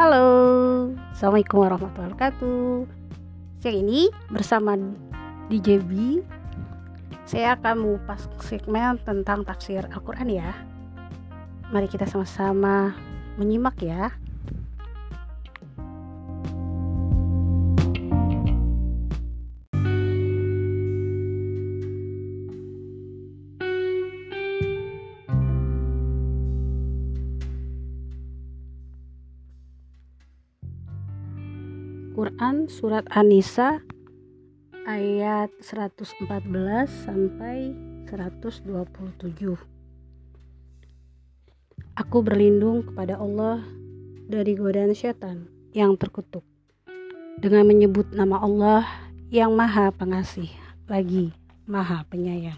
Halo, Assalamualaikum warahmatullahi wabarakatuh. Siang ini bersama DJ B, saya akan mengupas segmen tentang tafsir Al-Quran ya. Mari kita sama-sama menyimak ya. Quran Surat An-Nisa ayat 114 sampai 127. Aku berlindung kepada Allah dari godaan syaitan yang terkutuk dengan menyebut nama Allah yang Maha Pengasih lagi Maha Penyayang.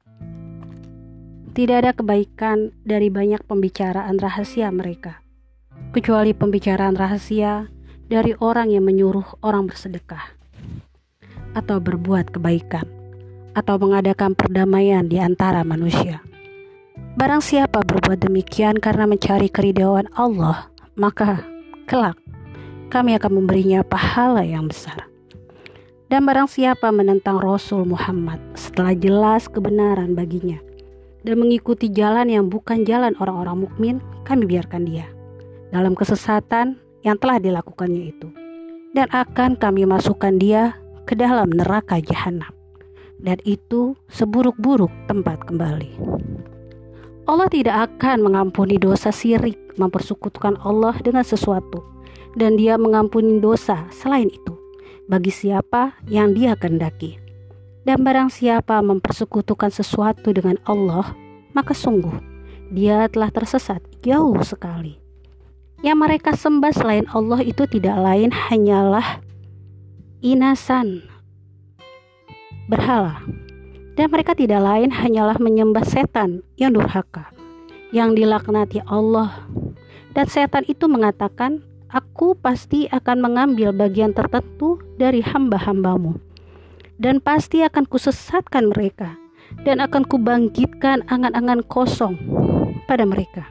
Tidak ada kebaikan dari banyak pembicaraan rahasia mereka, kecuali pembicaraan rahasia dari orang yang menyuruh orang bersedekah atau berbuat kebaikan atau mengadakan perdamaian di antara manusia. Barang siapa berbuat demikian karena mencari keridhaan Allah, maka kelak kami akan memberinya pahala yang besar. Dan barang siapa menentang Rasul Muhammad setelah jelas kebenaran baginya dan mengikuti jalan yang bukan jalan orang-orang mukmin, kami biarkan dia dalam kesesatan yang telah dilakukannya itu, dan akan kami masukkan dia ke dalam neraka jahanam, dan itu seburuk-buruk tempat kembali. Allah tidak akan mengampuni dosa syirik, mempersekutukan Allah dengan sesuatu, dan dia mengampuni dosa selain itu bagi siapa yang dia kehendaki. Dan barang siapa mempersekutukan sesuatu dengan Allah, maka sungguh dia telah tersesat jauh sekali. Yang mereka sembah selain Allah itu tidak lain hanyalah inasan, berhala. Dan mereka tidak lain hanyalah menyembah setan yang durhaka, yang dilaknati Allah. Dan setan itu mengatakan, aku pasti akan mengambil bagian tertentu dari hamba-hambamu, dan pasti akan kusesatkan mereka, dan akan kubangkitkan angan-angan kosong pada mereka.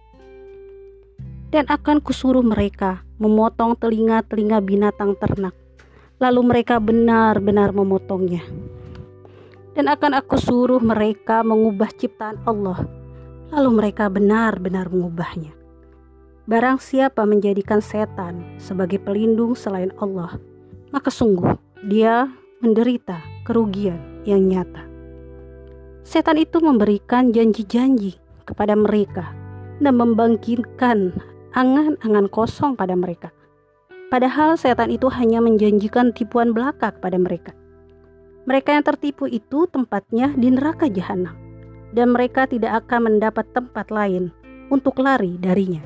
Dan akan kusuruh mereka memotong telinga-telinga binatang ternak, lalu mereka benar-benar memotongnya. Dan akan aku suruh mereka mengubah ciptaan Allah, lalu mereka benar-benar mengubahnya. Barang siapa menjadikan setan sebagai pelindung selain Allah, maka sungguh dia menderita kerugian yang nyata. Setan itu memberikan janji-janji kepada mereka dan membangkitkan angan-angan kosong pada mereka. Padahal setan itu hanya menjanjikan tipuan belaka kepada mereka. Mereka yang tertipu itu tempatnya di neraka jahanam, dan mereka tidak akan mendapat tempat lain untuk lari darinya.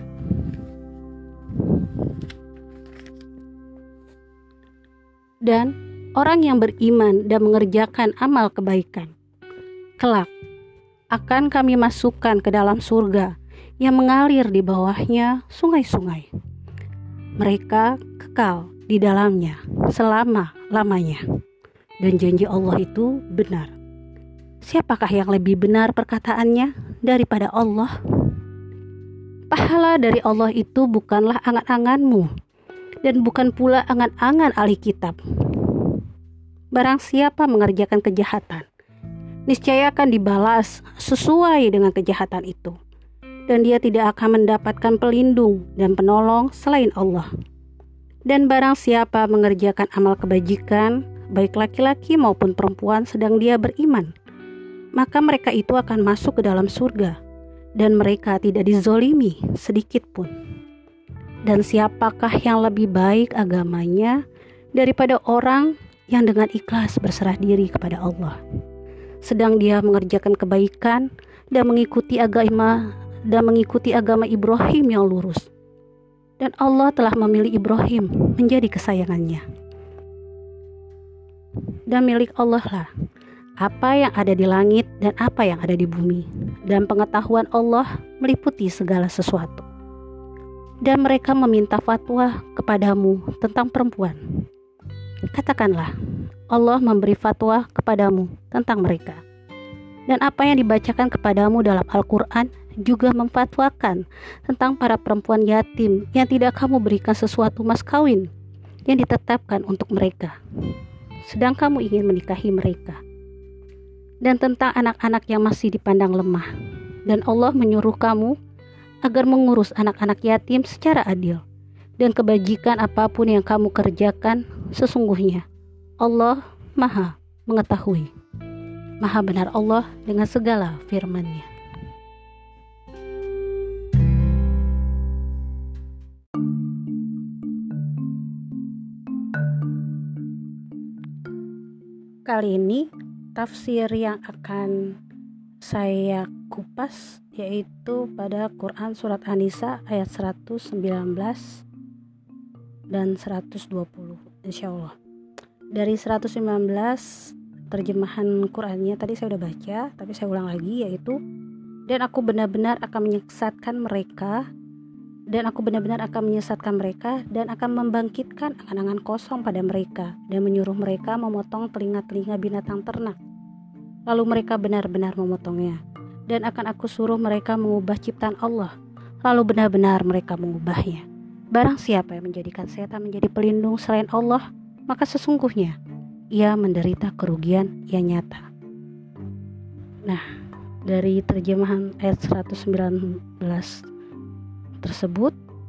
Dan orang yang beriman dan mengerjakan amal kebaikan, kelak akan kami masukkan ke dalam surga yang mengalir di bawahnya sungai-sungai. Mereka kekal di dalamnya selama-lamanya. Dan janji Allah itu benar. Siapakah yang lebih benar perkataannya daripada Allah? Pahala dari Allah itu bukanlah angan-anganmu, dan bukan pula angan-angan ahli kitab. Barang siapa mengerjakan kejahatan, niscaya akan dibalas sesuai dengan kejahatan itu. Dan dia tidak akan mendapatkan pelindung dan penolong selain Allah. Dan barang siapa mengerjakan amal kebajikan, baik laki-laki maupun perempuan sedang dia beriman, maka mereka itu akan masuk ke dalam surga, dan mereka tidak dizolimi sedikit pun. Dan siapakah yang lebih baik agamanya daripada orang yang dengan ikhlas berserah diri kepada Allah, sedang dia mengerjakan kebaikan dan mengikuti agama Ibrahim yang lurus. Dan Allah telah memilih Ibrahim menjadi kesayangannya. Dan milik Allah lah apa yang ada di langit dan apa yang ada di bumi, dan pengetahuan Allah meliputi segala sesuatu. Dan mereka meminta fatwa kepadamu tentang perempuan. Katakanlah, Allah memberi fatwa kepadamu tentang mereka. Dan apa yang dibacakan kepadamu dalam Al-Quran juga memfatwakan tentang para perempuan yatim yang tidak kamu berikan sesuatu mas kawin yang ditetapkan untuk mereka, sedang kamu ingin menikahi mereka, dan tentang anak-anak yang masih dipandang lemah, dan Allah menyuruh kamu agar mengurus anak-anak yatim secara adil, dan kebajikan apapun yang kamu kerjakan, sesungguhnya Allah Maha mengetahui. Maha benar Allah dengan segala firman-Nya. Kali ini tafsir yang akan saya kupas yaitu pada Quran Surat An-Nisa ayat 119 dan 120 insyaallah. Dari 119 terjemahan Qurannya tadi saya udah baca, tapi saya ulang lagi, yaitu dan aku benar-benar akan menyesatkan mereka dan akan membangkitkan angan-angan kosong pada mereka dan menyuruh mereka memotong telinga-telinga binatang ternak, lalu mereka benar-benar memotongnya, dan akan aku suruh mereka mengubah ciptaan Allah, lalu benar-benar mereka mengubahnya. Barang siapa yang menjadikan setan menjadi pelindung selain Allah, maka sesungguhnya ia menderita kerugian yang nyata. Nah, dari terjemahan ayat 119 tersebut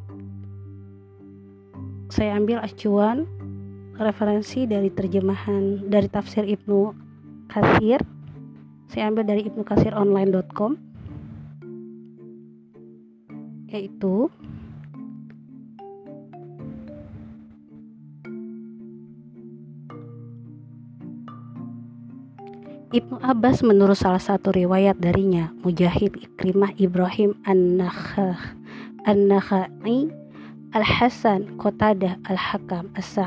saya ambil acuan referensi dari terjemahan dari tafsir Ibnu Katsir. Saya ambil dari ibnukatsironline.com, yaitu Ibnu Abbas menurut salah satu riwayat darinya, Mujahid, Ikrimah, Ibrahim An-Nakhai, Al-Hasan, Qatadah, Al-Hakam,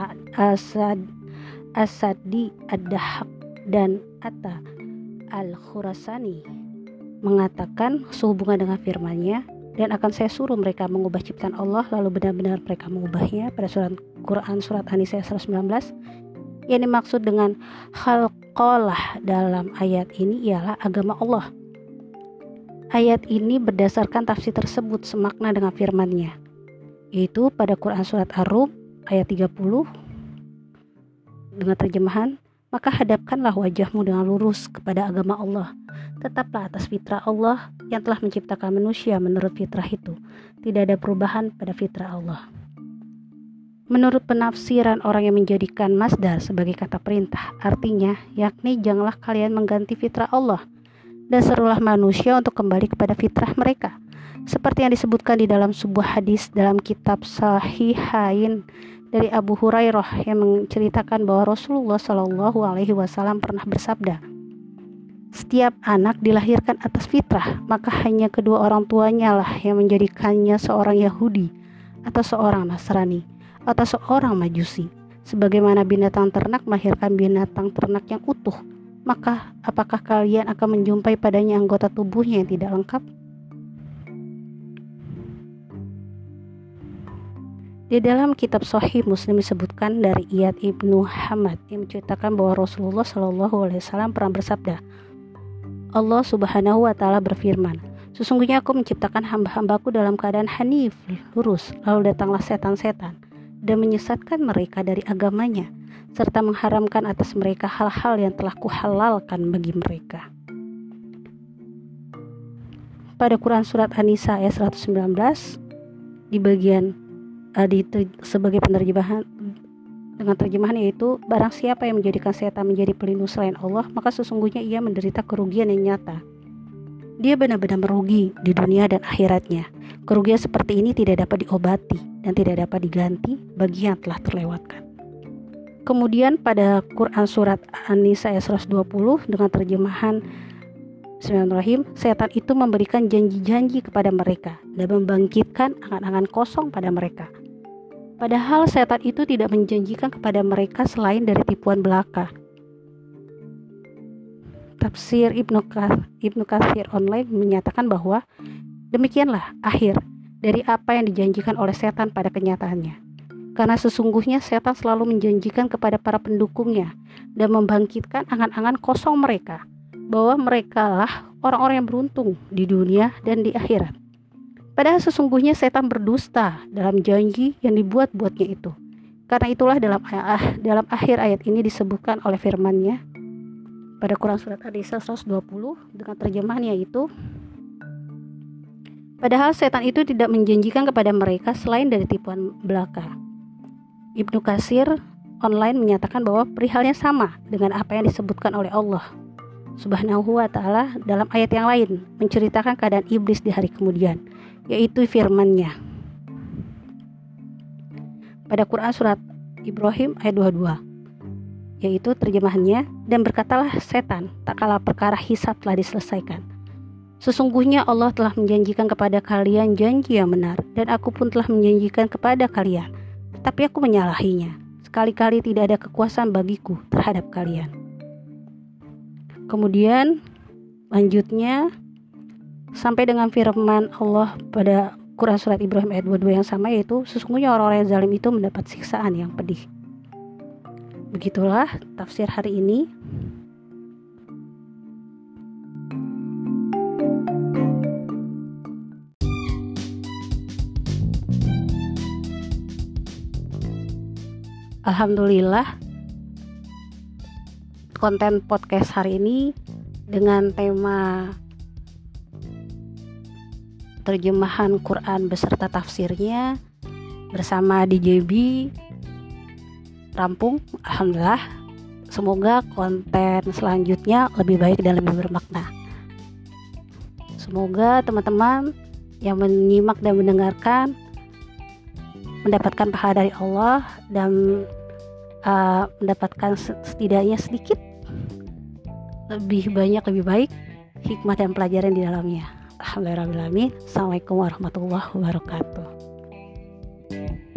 As-Sadi, Ad-Dahhak, dan Atta Al-Khurasani mengatakan sehubungan dengan firman-Nya, dan akan saya suruh mereka mengubah ciptaan Allah, lalu benar-benar mereka mengubahnya, pada Quran Surat An-Nisa 119. Yang dimaksud dengan khalqalah dalam ayat ini ialah agama Allah. Ayat ini berdasarkan tafsir tersebut semakna dengan firman-Nya, yaitu pada Quran Surat Ar-Rum ayat 30 dengan terjemahan, maka hadapkanlah wajahmu dengan lurus kepada agama Allah, tetaplah atas fitrah Allah yang telah menciptakan manusia menurut fitrah itu, tidak ada perubahan pada fitrah Allah. Menurut penafsiran orang yang menjadikan masdar sebagai kata perintah, artinya yakni janganlah kalian mengganti fitrah Allah, dan serulah manusia untuk kembali kepada fitrah mereka, seperti yang disebutkan di dalam sebuah hadis dalam kitab Sahihain dari Abu Hurairah yang menceritakan bahwa Rasulullah SAW pernah bersabda, setiap anak dilahirkan atas fitrah, maka hanya kedua orang tuanya lah yang menjadikannya seorang Yahudi atau seorang Nasrani atau seorang Majusi. Sebagaimana binatang ternak melahirkan binatang ternak yang utuh, maka apakah kalian akan menjumpai padanya anggota tubuhnya yang tidak lengkap? Di dalam kitab Sahih Muslim disebutkan dari Iyad ibnu Hamad yang menceritakan bahwa Rasulullah SAW pernah bersabda, Allah Subhanahu wa Ta'ala berfirman, sesungguhnya aku menciptakan hamba-hambaku dalam keadaan hanif, lurus, lalu datanglah setan-setan dan menyesatkan mereka dari agamanya, serta mengharamkan atas mereka hal-hal yang telah kuhalalkan bagi mereka. Pada Quran Surat An-Nisa ayat 119 di bagian sebagai penerjemahan dengan terjemahan yaitu, barang siapa yang menjadikan setan menjadi pelindung selain Allah, maka sesungguhnya ia menderita kerugian yang nyata. Dia benar-benar merugi di dunia dan akhiratnya. Kerugian seperti ini tidak dapat diobati dan tidak dapat diganti bagi yang telah terlewatkan. Kemudian pada Quran Surat An-Nisa ayat 120 dengan terjemahan Bismillahirrahmanirrahim, setan itu memberikan janji-janji kepada mereka dan membangkitkan angan-angan kosong pada mereka. Padahal setan itu tidak menjanjikan kepada mereka selain dari tipuan belaka. Tafsir Ibnu Katsir online menyatakan bahwa demikianlah akhir dari apa yang dijanjikan oleh setan pada kenyataannya. Karena sesungguhnya setan selalu menjanjikan kepada para pendukungnya dan membangkitkan angan-angan kosong mereka, bahwa merekalah orang-orang yang beruntung di dunia dan di akhirat. Padahal sesungguhnya setan berdusta dalam janji yang dibuat-buatnya itu. Karena itulah dalam akhir ayat ini disebutkan oleh firman-Nya pada Quran surat An-Nisa 120 dengan terjemahan yaitu, padahal setan itu tidak menjanjikan kepada mereka selain dari tipuan belaka. Ibnu Katsir online menyatakan bahwa perihalnya sama dengan apa yang disebutkan oleh Allah Subhanahu wa ta'ala dalam ayat yang lain, menceritakan keadaan iblis di hari kemudian, yaitu firman-Nya pada Quran surat Ibrahim ayat 22, yaitu terjemahannya, dan berkatalah setan tak kala perkara hisab telah diselesaikan, sesungguhnya Allah telah menjanjikan kepada kalian janji yang benar, dan aku pun telah menjanjikan kepada kalian, tetapi aku menyalahinya. Sekali-kali tidak ada kekuasaan bagiku terhadap kalian. Kemudian lanjutnya sampai dengan firman Allah pada Quran surat Ibrahim ayat 22 yang sama, yaitu sesungguhnya orang-orang yang zalim itu mendapat siksaan yang pedih. Begitulah tafsir hari ini. Alhamdulillah, konten podcast hari ini dengan tema terjemahan Quran beserta tafsirnya bersama DJB rampung. Alhamdulillah, semoga konten selanjutnya lebih baik dan lebih bermakna. Semoga teman-teman yang menyimak dan mendengarkan mendapatkan pahala dari Allah dan mendapatkan setidaknya sedikit lebih banyak lebih baik hikmah dan pelajaran di dalamnya. Alhamdulillahirabbil alamin. Assalamualaikum warahmatullahi wabarakatuh.